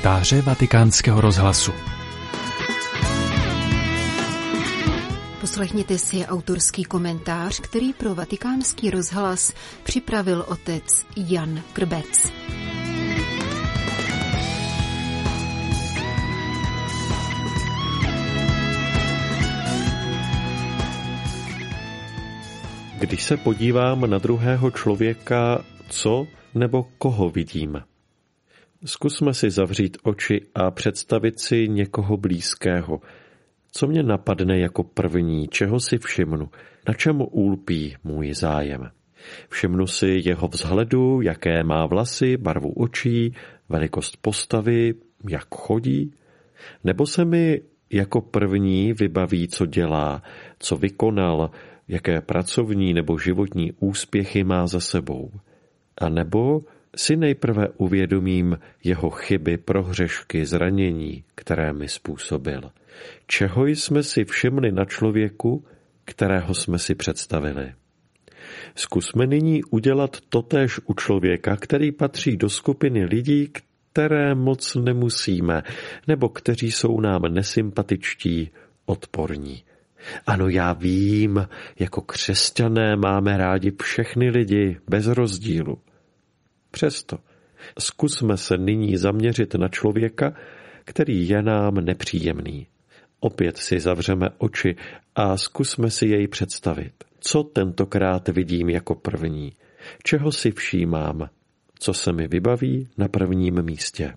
Komentáře Vatikánského rozhlasu. Poslechněte si autorský komentář, který pro Vatikánský rozhlas připravil otec Jan Krbec. Když se podívám na druhého člověka, co nebo koho vidím? Zkusme si zavřít oči a představit si někoho blízkého. Co mě napadne jako první, čeho si všimnu, na čem úlpí můj zájem? Všimnu si jeho vzhledu, jaké má vlasy, barvu očí, velikost postavy, jak chodí? Nebo se mi jako první vybaví, co dělá, co vykonal, jaké pracovní nebo životní úspěchy má za sebou? A nebo si nejprve uvědomím jeho chyby, prohřešky, zranění, které mi způsobil. Čeho jsme si všimli na člověku, kterého jsme si představili? Zkusme nyní udělat totéž u člověka, který patří do skupiny lidí, které moc nemusíme, nebo kteří jsou nám nesympatičtí, odporní. Ano, já vím, jako křesťané máme rádi všechny lidi, bez rozdílu. Přesto zkusme se nyní zaměřit na člověka, který je nám nepříjemný. Opět si zavřeme oči a zkusme si jej představit. Co tentokrát vidím jako první? Čeho si všímám? Co se mi vybaví na prvním místě?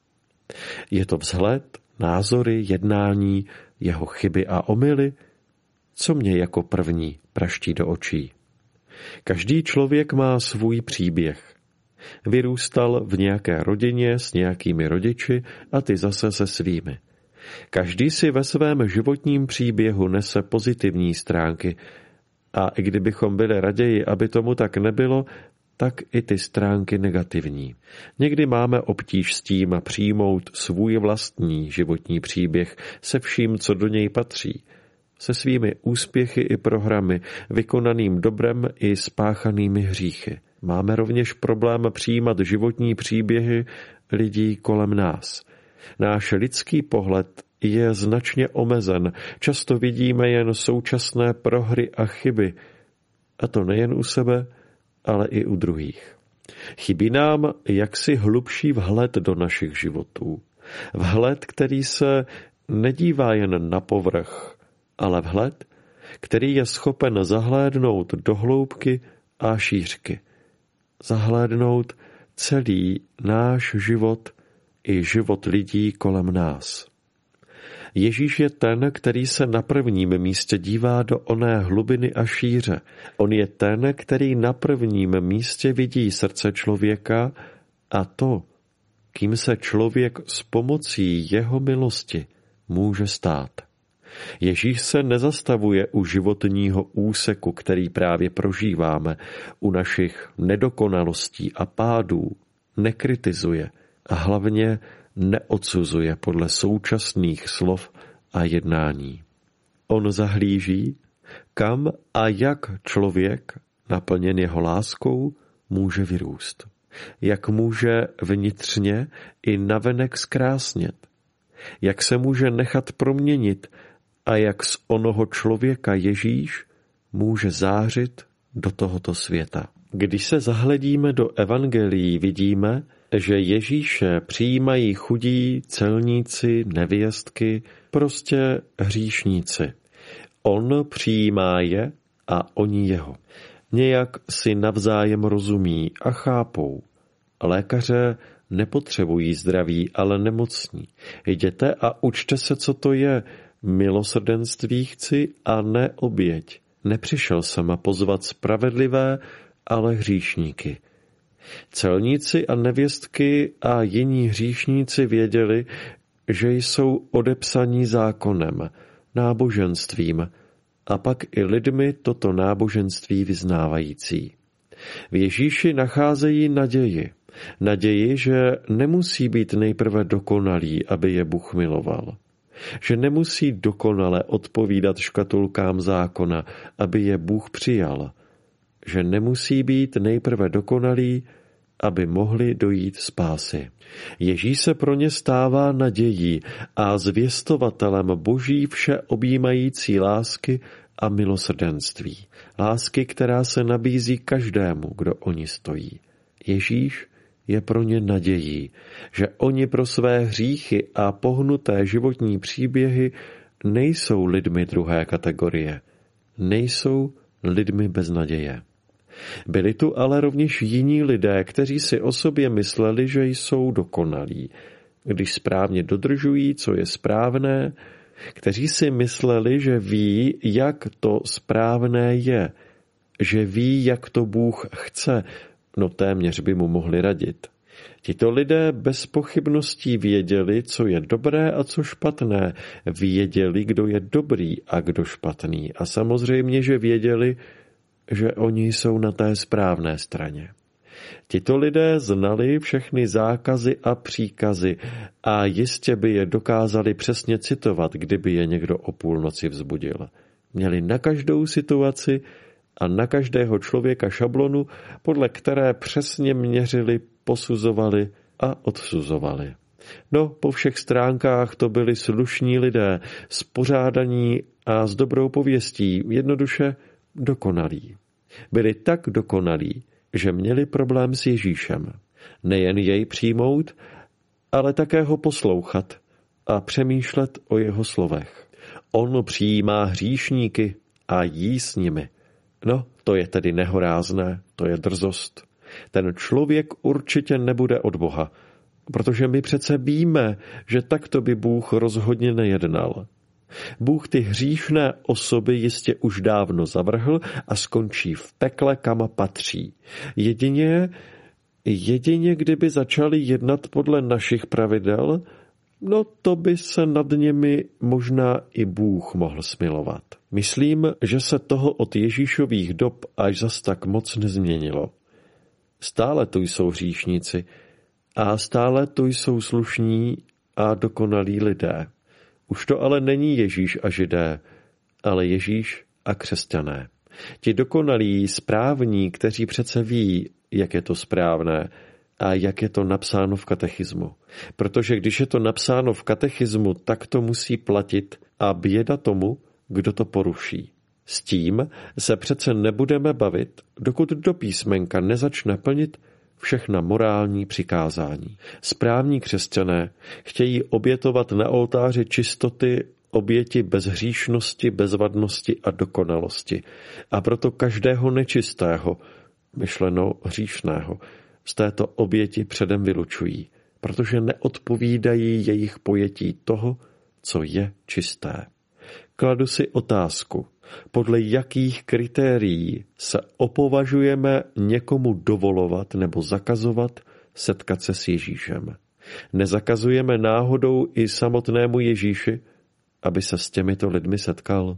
Je to vzhled, názory, jednání, jeho chyby a omyly? Co mě jako první praští do očí? Každý člověk má svůj příběh. Vyrůstal v nějaké rodině s nějakými rodiči a ty zase se svými. Každý si ve svém životním příběhu nese pozitivní stránky a i kdybychom byli raději, aby tomu tak nebylo, tak i ty stránky negativní. Někdy máme obtíž s tím přijmout svůj vlastní životní příběh se vším, co do něj patří. Se svými úspěchy i prohrami, vykonaným dobrem i spáchanými hříchy. Máme rovněž problém přijímat životní příběhy lidí kolem nás. Náš lidský pohled je značně omezen. Často vidíme jen současné prohry a chyby. A to nejen u sebe, ale i u druhých. Chybí nám jaksi hlubší vhled do našich životů. Vhled, který se nedívá jen na povrch, ale vhled, který je schopen zahlédnout do hloubky a šířky. Zahlédnout celý náš život i život lidí kolem nás. Ježíš je ten, který se na prvním místě dívá do oné hlubiny a šíře. On je ten, který na prvním místě vidí srdce člověka a to, kým se člověk s pomocí jeho milosti může stát. Ježíš se nezastavuje u životního úseku, který právě prožíváme, u našich nedokonalostí a pádů, nekritizuje a hlavně neodsuzuje podle současných slov a jednání. On zahlíží, kam a jak člověk, naplněn jeho láskou, může vyrůst. Jak může vnitřně i navenek zkrásnět. Jak se může nechat proměnit a jak z onoho člověka Ježíš může zářit do tohoto světa. Když se zahledíme do evangelií, vidíme, že Ježíše přijímají chudí, celníci, nevěstky, prostě hříšníci. On přijímá je a oni jeho. Nějak si navzájem rozumí a chápou. Lékaře nepotřebují zdraví, ale nemocní. Jděte a učte se, co to je. Milosrdenství chci a ne oběť. Nepřišel jsem pozvat spravedlivé, ale hříšníky. Celníci a nevěstky a jiní hříšníci věděli, že jsou odepsaní zákonem, náboženstvím a pak i lidmi toto náboženství vyznávající. V Ježíši nacházejí naději. Naději, že nemusí být nejprve dokonalý, aby je Bůh miloval. Že nemusí dokonale odpovídat škatulkám zákona, aby je Bůh přijal. Že nemusí být nejprve dokonalý, aby mohli dojít spásy. Ježíš se pro ně stává nadějí a zvěstovatelem Boží všeobjímající lásky a milosrdenství. Lásky, která se nabízí každému, kdo o ní stojí. Ježíš je pro ně nadějí, že oni pro své hříchy a pohnuté životní příběhy nejsou lidmi druhé kategorie. Nejsou lidmi bez naděje. Byli tu ale rovněž jiní lidé, kteří si o sobě mysleli, že jsou dokonalí, když správně dodržují, co je správné, kteří si mysleli, že ví, jak to správné je, že ví, jak to Bůh chce, no téměř by mu mohli radit. Tito lidé bez pochybností věděli, co je dobré a co špatné, věděli, kdo je dobrý a kdo špatný a samozřejmě, že věděli, že oni jsou na té správné straně. Tito lidé znali všechny zákazy a příkazy a jistě by je dokázali přesně citovat, kdyby je někdo o půlnoci vzbudil. Měli na každou situaci a na každého člověka šablonu, podle které přesně měřili, posuzovali a odsuzovali. No, po všech stránkách to byli slušní lidé, spořádaní a s dobrou pověstí, jednoduše dokonalí. Byli tak dokonalí, že měli problém s Ježíšem. Nejen jej přijmout, ale také ho poslouchat a přemýšlet o jeho slovech. On přijímá hříšníky a jí s nimi. No, to je tedy nehorázné, to je drzost. Ten člověk určitě nebude od Boha, protože my přece víme, že takto by Bůh rozhodně nejednal. Bůh ty hříšné osoby jistě už dávno zavrhl a skončí v pekle, kam patří. Jedině kdyby začali jednat podle našich pravidel, no to by se nad nimi možná i Bůh mohl smilovat. Myslím, že se toho od Ježíšových dob až zas tak moc nezměnilo. Stále tu jsou hříšníci a stále tu jsou slušní a dokonalí lidé. Už to ale není Ježíš a Židé, ale Ježíš a křesťané. Ti dokonalí, správní, kteří přece ví, jak je to správné a jak je to napsáno v katechismu. Protože když je to napsáno v katechismu, tak to musí platit a běda tomu, kdo to poruší. S tím se přece nebudeme bavit, dokud do písmenka nezačne plnit všechna morální přikázání. Správní křesťané chtějí obětovat na oltáři čistoty oběti bezhříšnosti, bezvadnosti a dokonalosti. A proto každého nečistého, myšleno hříšného, z této oběti předem vylučují, protože neodpovídají jejich pojetí toho, co je čisté. Kladu si otázku, podle jakých kritérií se opovažujeme někomu dovolovat nebo zakazovat setkat se s Ježíšem. Nezakazujeme náhodou i samotnému Ježíši, aby se s těmito lidmi setkal?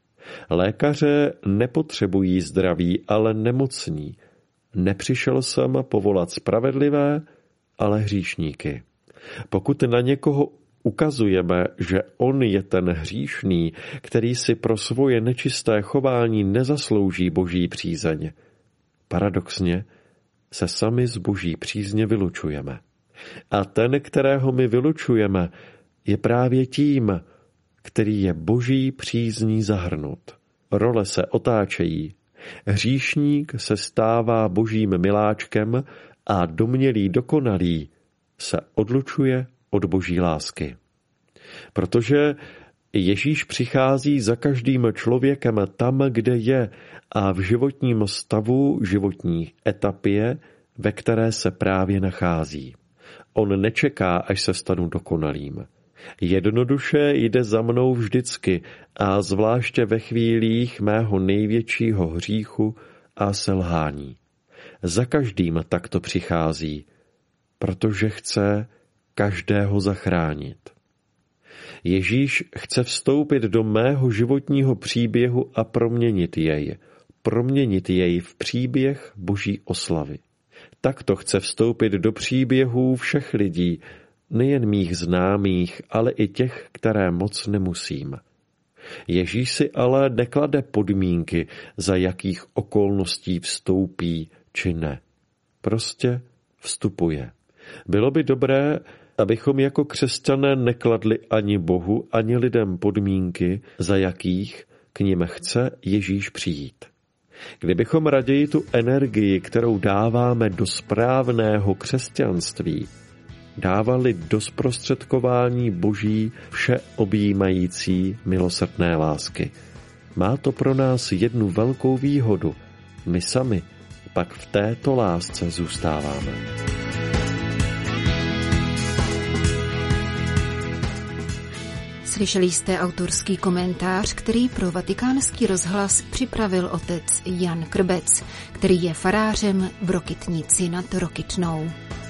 Lékaře nepotřebují zdraví, ale nemocní. Nepřišel jsem povolat spravedlivé, ale hříšníky. Pokud na někoho ukazujeme, že on je ten hříšný, který si pro svoje nečisté chování nezaslouží Boží přízeň, paradoxně se sami z Boží přízně vylučujeme. A ten, kterého my vylučujeme, je právě tím, který je Boží přízní zahrnut. Role se otáčejí. Hříšník se stává Božím miláčkem a domnělý dokonalý se odlučuje od Boží lásky. Protože Ježíš přichází za každým člověkem tam, kde je a v životním stavu, životní etapě, ve které se právě nachází. On nečeká, až se stanu dokonalým. Jednoduše jde za mnou vždycky a zvláště ve chvílích mého největšího hříchu a selhání. Za každým takto přichází, protože chce každého zachránit. Ježíš chce vstoupit do mého životního příběhu a proměnit jej v příběh Boží oslavy. Takto chce vstoupit do příběhů všech lidí, nejen mých známých, ale i těch, které moc nemusím. Ježíš si ale neklade podmínky, za jakých okolností vstoupí či ne. Prostě vstupuje. Bylo by dobré, abychom jako křesťané nekladli ani Bohu, ani lidem podmínky, za jakých k nim chce Ježíš přijít. Kdybychom raději tu energii, kterou dáváme do správného křesťanství, dávali do zprostředkování Boží všeobjímající milosrdné lásky, má to pro nás jednu velkou výhodu. My sami pak v této lásce zůstáváme. Slyšeli jste autorský komentář, který pro Vatikánský rozhlas připravil otec Jan Krbec, který je farářem v Rokytnici nad Rokytnou.